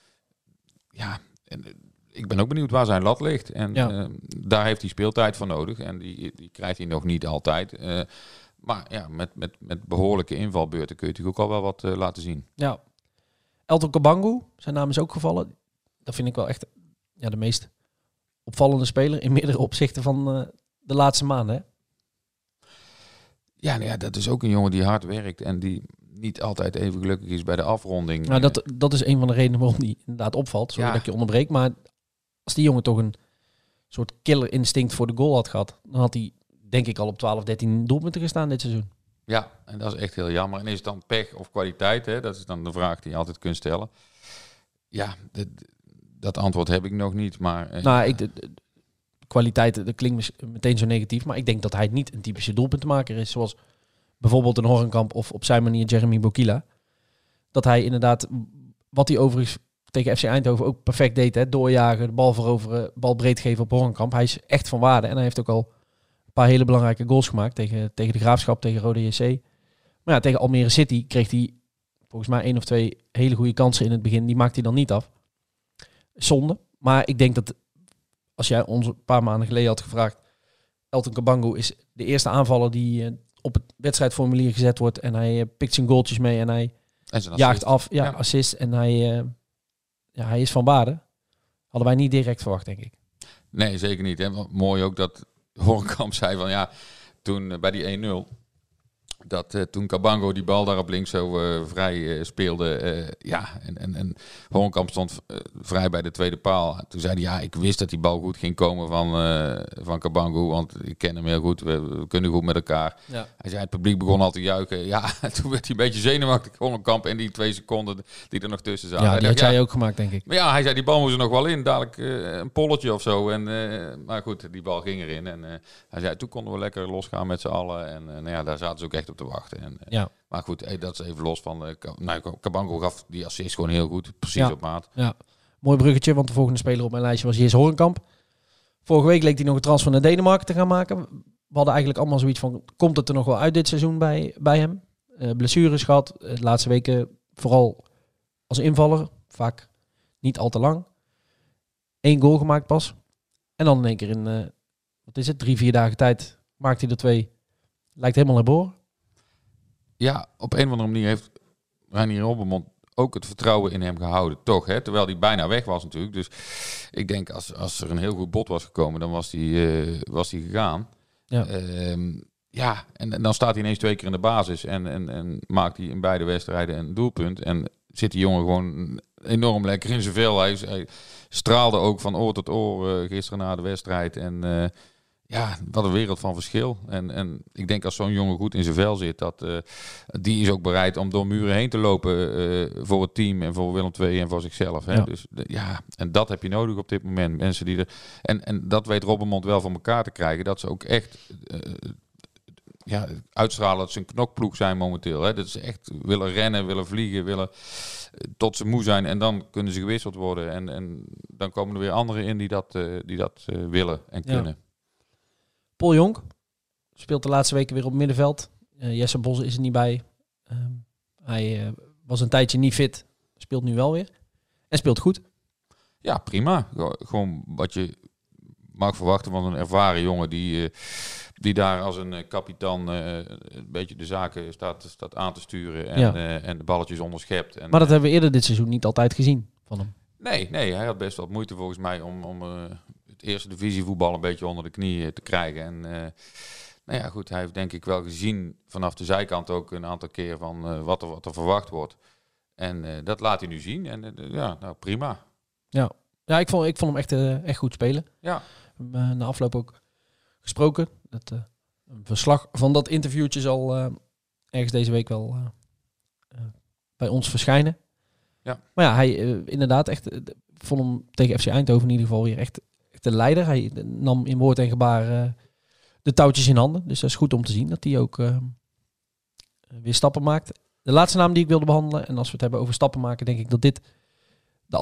Ik ben ook benieuwd waar zijn lat ligt. En daar heeft hij speeltijd voor nodig. En die krijgt hij nog niet altijd. Maar ja, met behoorlijke invalbeurten kun je natuurlijk ook al wel wat laten zien. Ja. Elton Cabango, zijn naam is ook gevallen. Dat vind ik wel echt de meest opvallende speler in meerdere opzichten van de laatste maanden. Hè? Ja, nou ja, dat is ook een jongen die hard werkt en die niet altijd even gelukkig is bij de afronding. Nou, dat is een van de redenen waarom die inderdaad opvalt. Sorry dat ik je onderbreek. Maar als die jongen toch een soort killer instinct voor de goal had gehad, dan had hij denk ik al op 12, 13 doelpunten gestaan dit seizoen. Ja, en dat is echt heel jammer. En is het dan pech of kwaliteit? Hè? Dat is dan de vraag die je altijd kunt stellen. Ja, dat antwoord heb ik nog niet. Maar de kwaliteit, dat klinkt meteen zo negatief. Maar ik denk dat hij niet een typische doelpuntenmaker is. Zoals bijvoorbeeld een Hornkamp of op zijn manier Jeremy Bokila. Dat hij inderdaad, wat hij overigens tegen FC Eindhoven ook perfect deed. Hè? Doorjagen, de bal veroveren, bal breed geven op Hornkamp. Hij is echt van waarde. En hij heeft ook al een paar hele belangrijke goals gemaakt. Tegen de Graafschap, tegen Rode JC. Maar ja, tegen Almere City kreeg hij volgens mij 1 of 2 hele goede kansen in het begin. Die maakt hij dan niet af. Zonde. Maar ik denk dat als jij ons een paar maanden geleden had gevraagd, Elton Cabango is de eerste aanvaller die op het wedstrijdformulier gezet wordt en hij pikt zijn goaltjes mee en hij jaagt af. Ja, assist. En hij is van waarde. Hadden wij niet direct verwacht, denk ik. Nee, zeker niet. Hè? Mooi ook dat Hornkamp zei van ja, toen bij die 1-0... Dat toen Cabango die bal daar op links zo vrij speelde. En Hornkamp stond vrij bij de tweede paal. Toen zei hij, ja, ik wist dat die bal goed ging komen van Cabango. Want ik ken hem heel goed. We kunnen goed met elkaar. Ja. Hij zei, het publiek begon al te juichen. Ja, toen werd hij een beetje zenuwachtig, Hornkamp. En die 2 seconden die er nog tussen zaten. Ja, die had jij ook gemaakt, denk ik. Maar ja, hij zei, die bal moest er nog wel in. Dadelijk een polletje of zo. Maar goed, die bal ging erin. En hij zei, toen konden we lekker losgaan met z'n allen. En daar zaten ze ook echt op te wachten. Maar goed, dat is even los van... Cabango gaf die assist gewoon heel goed. Precies op maat. Ja, mooi bruggetje, want de volgende speler op mijn lijstje was Jis Hornkamp. Vorige week leek hij nog een transfer naar Denemarken te gaan maken. We hadden eigenlijk allemaal zoiets van... Komt het er nog wel uit dit seizoen bij hem? Blessures gehad. De laatste weken vooral als invaller. Vaak niet al te lang. 1 goal gemaakt pas. En dan in één keer in... 3-4 dagen tijd maakt hij er 2. Lijkt helemaal naar boren. Ja, op een of andere manier heeft Reinier Robbenmond ook het vertrouwen in hem gehouden, toch? Hè? Terwijl hij bijna weg was natuurlijk. Dus ik denk als er een heel goed bod was gekomen, dan was hij gegaan. Ja. En dan staat hij ineens 2 keer in de basis en maakt hij in beide wedstrijden een doelpunt. En zit die jongen gewoon enorm lekker in zijn vel. Hij straalde ook van oor tot oor gisteren na de wedstrijd. En wat een wereld van verschil. En ik denk als zo'n jongen goed in zijn vel zit, dat die is ook bereid om door muren heen te lopen voor het team en voor Willem II en voor zichzelf. Hè? Ja. Dus en dat heb je nodig op dit moment. Mensen die er en dat weet Robbenmond wel voor elkaar te krijgen, dat ze ook echt uitstralen dat ze een knokploeg zijn momenteel. Hè? Dat ze echt willen rennen, willen vliegen, willen tot ze moe zijn en dan kunnen ze gewisseld worden. En dan komen er weer anderen in die dat willen en kunnen. Ja. Paul Jonk speelt de laatste weken weer op middenveld. Jesse Bos is er niet bij. Hij was een tijdje niet fit. Speelt nu wel weer. En speelt goed. Ja, prima. Gewoon wat je mag verwachten van een ervaren jongen die daar als een kapitaan een beetje de zaken staat aan te sturen en de balletjes onderschept. Maar dat hebben we eerder dit seizoen niet altijd gezien van hem. Nee, hij had best wat moeite volgens mij om het eerste divisievoetbal een beetje onder de knie te krijgen. En goed, hij heeft denk ik wel gezien vanaf de zijkant ook een aantal keer van wat er verwacht wordt. En dat laat hij nu zien. En prima. Ja, ik vond hem echt goed spelen. Ja. Na afloop ook gesproken. Een verslag van dat interviewtje zal ergens deze week wel bij ons verschijnen. Ja. Maar ja, hij inderdaad echt vond hem tegen FC Eindhoven in ieder geval weer echt de leider. Hij nam in woord en gebaar de touwtjes in handen. Dus dat is goed om te zien dat hij ook weer stappen maakt. De laatste naam die ik wilde behandelen, en als we het hebben over stappen maken, denk ik dat dit de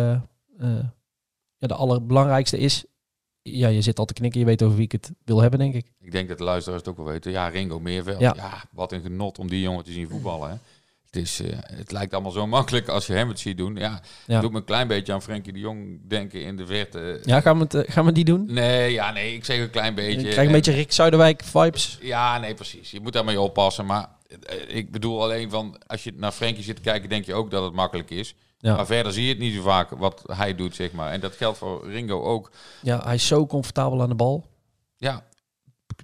allerbelangrijkste is. Ja, je zit al te knikken, je weet over wie ik het wil hebben, denk ik. Ik denk dat de luisteraars het ook wel weten. Ja, Ringo Meerveld. Ja, wat een genot om die jongen te zien voetballen. Hè. Het lijkt allemaal zo makkelijk als je hem het ziet doen. Ja. Het doet me een klein beetje aan Frenkie de Jong denken in de verte. Ja, gaan we die doen? Nee, ik zeg een klein beetje. Je krijgt een beetje Rick Zuiderwijk vibes. Ja, nee, precies. Je moet daarmee oppassen. Maar ik bedoel alleen van, als je naar Frenkie zit te kijken, denk je ook dat het makkelijk is. Ja. Maar verder zie je het niet zo vaak wat hij doet, zeg maar. En dat geldt voor Ringo ook. Ja, hij is zo comfortabel aan de bal. Ja.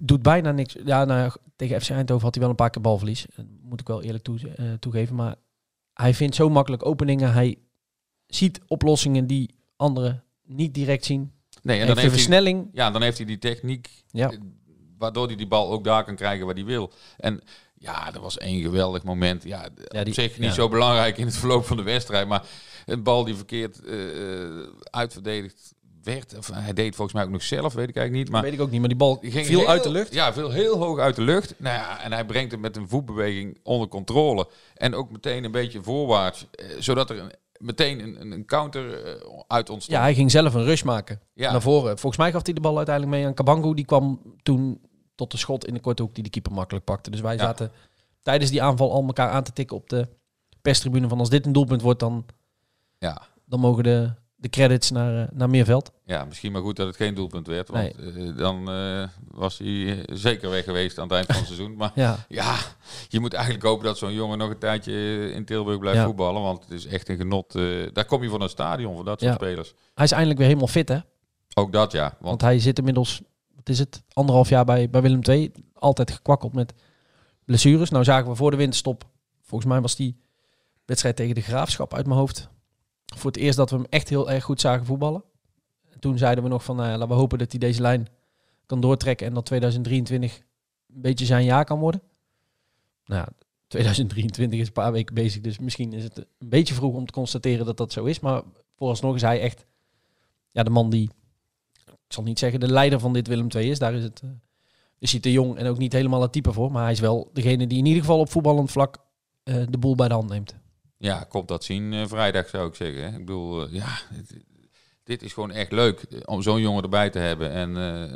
doet bijna niks. Ja, nou ja, tegen FC Eindhoven had hij wel een paar keer balverlies. Moet ik wel eerlijk toegeven. Maar hij vindt zo makkelijk openingen. Hij ziet oplossingen die anderen niet direct zien. Nee, en dan heeft versnelling. Dan heeft hij die techniek, waardoor hij die bal ook daar kan krijgen waar hij wil. En ja, er was één geweldig moment. Ja, op zich niet zo belangrijk in het verloop van de wedstrijd. Maar een bal die verkeerd uitverdedigd werd. Of, hij deed volgens mij ook nog zelf, weet ik eigenlijk niet. Maar weet ik ook niet, maar die bal viel uit de lucht. Ja, viel heel hoog uit de lucht. Nou ja, en hij brengt het met een voetbeweging onder controle. En ook meteen een beetje voorwaarts. Zodat er meteen een counter uit ontstond. Ja, hij ging zelf een rush maken naar voren. Volgens mij gaf hij de bal uiteindelijk mee aan Kabango. Die kwam toen tot de schot in de korte hoek die de keeper makkelijk pakte. Dus wij zaten tijdens die aanval al elkaar aan te tikken op de perstribune. Van als dit een doelpunt wordt, dan mogen de credits naar Meerveld. Ja, misschien maar goed dat het geen doelpunt werd. Want dan was hij zeker weg geweest aan het eind van het seizoen. Maar je moet eigenlijk hopen dat zo'n jongen nog een tijdje in Tilburg blijft voetballen. Want het is echt een genot. Daar kom je voor een stadion, voor dat soort spelers. Hij is eindelijk weer helemaal fit, hè? Ook dat, ja. Want hij zit inmiddels, wat is het, 1,5 jaar bij Willem II. Altijd gekwakkeld met blessures. Nou zagen we voor de winterstop, volgens mij was die wedstrijd tegen de Graafschap uit mijn hoofd, voor het eerst dat we hem echt heel erg goed zagen voetballen. En toen zeiden we nog van, laten we hopen dat hij deze lijn kan doortrekken en dat 2023 een beetje zijn jaar kan worden. Nou, 2023 is een paar weken bezig, dus misschien is het een beetje vroeg om te constateren dat dat zo is. Maar vooralsnog is hij echt de man die, ik zal niet zeggen de leider van dit Willem II is. Daar is hij te jong en ook niet helemaal het type voor. Maar hij is wel degene die in ieder geval op voetballend vlak de boel bij de hand neemt. Ja, komt dat zien vrijdag, zou ik zeggen. Hè? Ik bedoel, dit is gewoon echt leuk om zo'n jongen erbij te hebben. En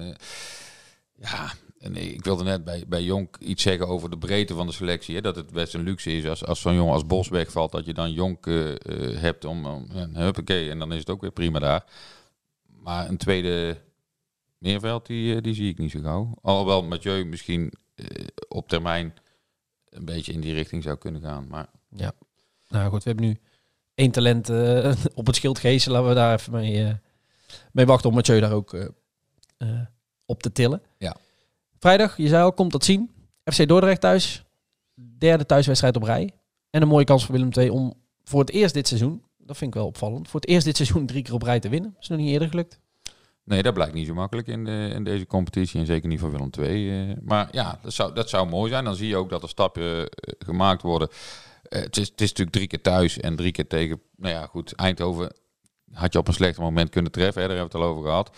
en ik wilde net bij Jonk iets zeggen over de breedte van de selectie. Hè? Dat het best een luxe is als zo'n jongen als Bos wegvalt, dat je dan Jonk hebt om huppakee. En dan is het ook weer prima daar. Maar een tweede Meerveld, die zie ik niet zo gauw. Alhoewel Mathieu misschien op termijn een beetje in die richting zou kunnen gaan. Maar ja. Nou goed, we hebben nu 1 talent op het schild gehezen. Laten we daar even mee wachten om Mathieu daar ook op te tillen. Ja. Vrijdag, je zei al, komt dat zien. FC Dordrecht thuis. 3e thuiswedstrijd op rij. En een mooie kans voor Willem II om voor het eerst dit seizoen, dat vind ik wel opvallend, voor het eerst dit seizoen 3 keer op rij te winnen. Dat is nog niet eerder gelukt. Nee, dat blijkt niet zo makkelijk in deze competitie. En zeker niet voor Willem II. Maar ja, dat zou mooi zijn. Dan zie je ook dat er stappen gemaakt worden. Het is natuurlijk 3 keer thuis en 3 keer tegen, Eindhoven had je op een slechter moment kunnen treffen. Hè, daar hebben we het al over gehad.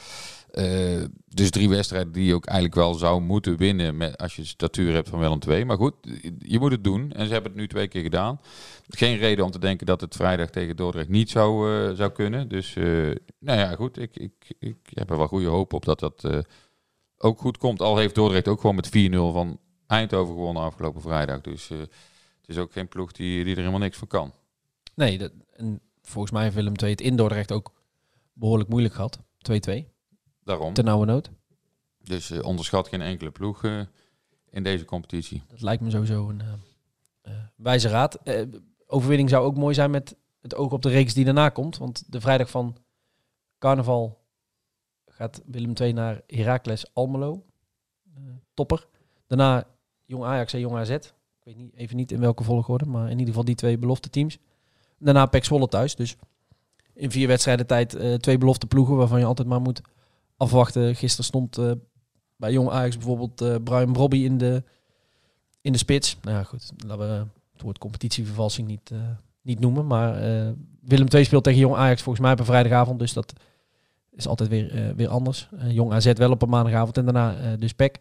Dus 3 wedstrijden die je ook eigenlijk wel zou moeten winnen als je de statuur hebt van Willem II. Maar goed, je moet het doen. En ze hebben het nu 2 keer gedaan. Geen reden om te denken dat het vrijdag tegen Dordrecht niet zou kunnen. Dus goed, ik heb er wel goede hoop op dat dat ook goed komt. Al heeft Dordrecht ook gewoon met 4-0 van Eindhoven gewonnen afgelopen vrijdag. Dus het is ook geen ploeg die er helemaal niks van kan. Nee, en volgens mij heeft Willem II het in Dordrecht ook behoorlijk moeilijk gehad. 2-2. Daarom. Ten nauwe nood. Dus onderschat geen enkele ploeg in deze competitie. Dat lijkt me sowieso een wijze raad. Overwinning zou ook mooi zijn met het oog op de reeks die daarna komt. Want de vrijdag van carnaval gaat Willem II naar Heracles Almelo. Topper. Daarna Jong Ajax en Jong AZ. Ik weet even niet in welke volgorde, maar in ieder geval die 2 belofte teams. Daarna PEC Zwolle thuis. Dus in 4 wedstrijden tijd 2 belofte ploegen waarvan je altijd maar moet afwachten. Gisteren stond bij Jong Ajax bijvoorbeeld Brian Brobby in de spits. Nou ja, goed. Laten we het woord competitievervalsing niet noemen. Maar Willem II speelt tegen Jong Ajax volgens mij op een vrijdagavond. Dus dat is altijd weer anders. Jong AZ wel op een maandagavond en daarna dus PEC.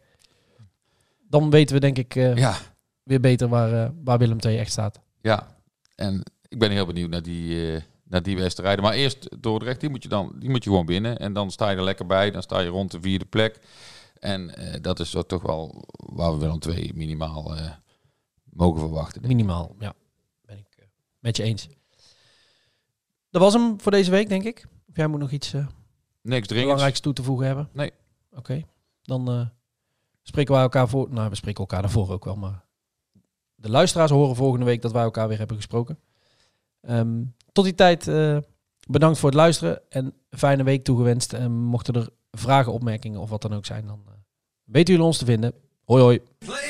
Dan weten we denk ik weer beter waar Willem II echt staat. Ja, en ik ben heel benieuwd naar die wedstrijden. Maar eerst Dordrecht, die moet je gewoon winnen. En dan sta je er lekker bij. Dan sta je rond de 4e plek. En dat is toch wel waar we Willem II minimaal mogen verwachten. Minimaal, ja. Ben ik met je eens. Dat was hem voor deze week, denk ik. Of jij moet nog iets niks belangrijks toe te voegen hebben? Nee. Oké. Dan spreken wij elkaar voor. Nou, we spreken elkaar daarvoor ook wel. Maar de luisteraars horen volgende week dat wij elkaar weer hebben gesproken. Tot die tijd bedankt voor het luisteren en een fijne week toegewenst. En mochten er vragen, opmerkingen of wat dan ook zijn, dan weten jullie ons te vinden. Hoi hoi.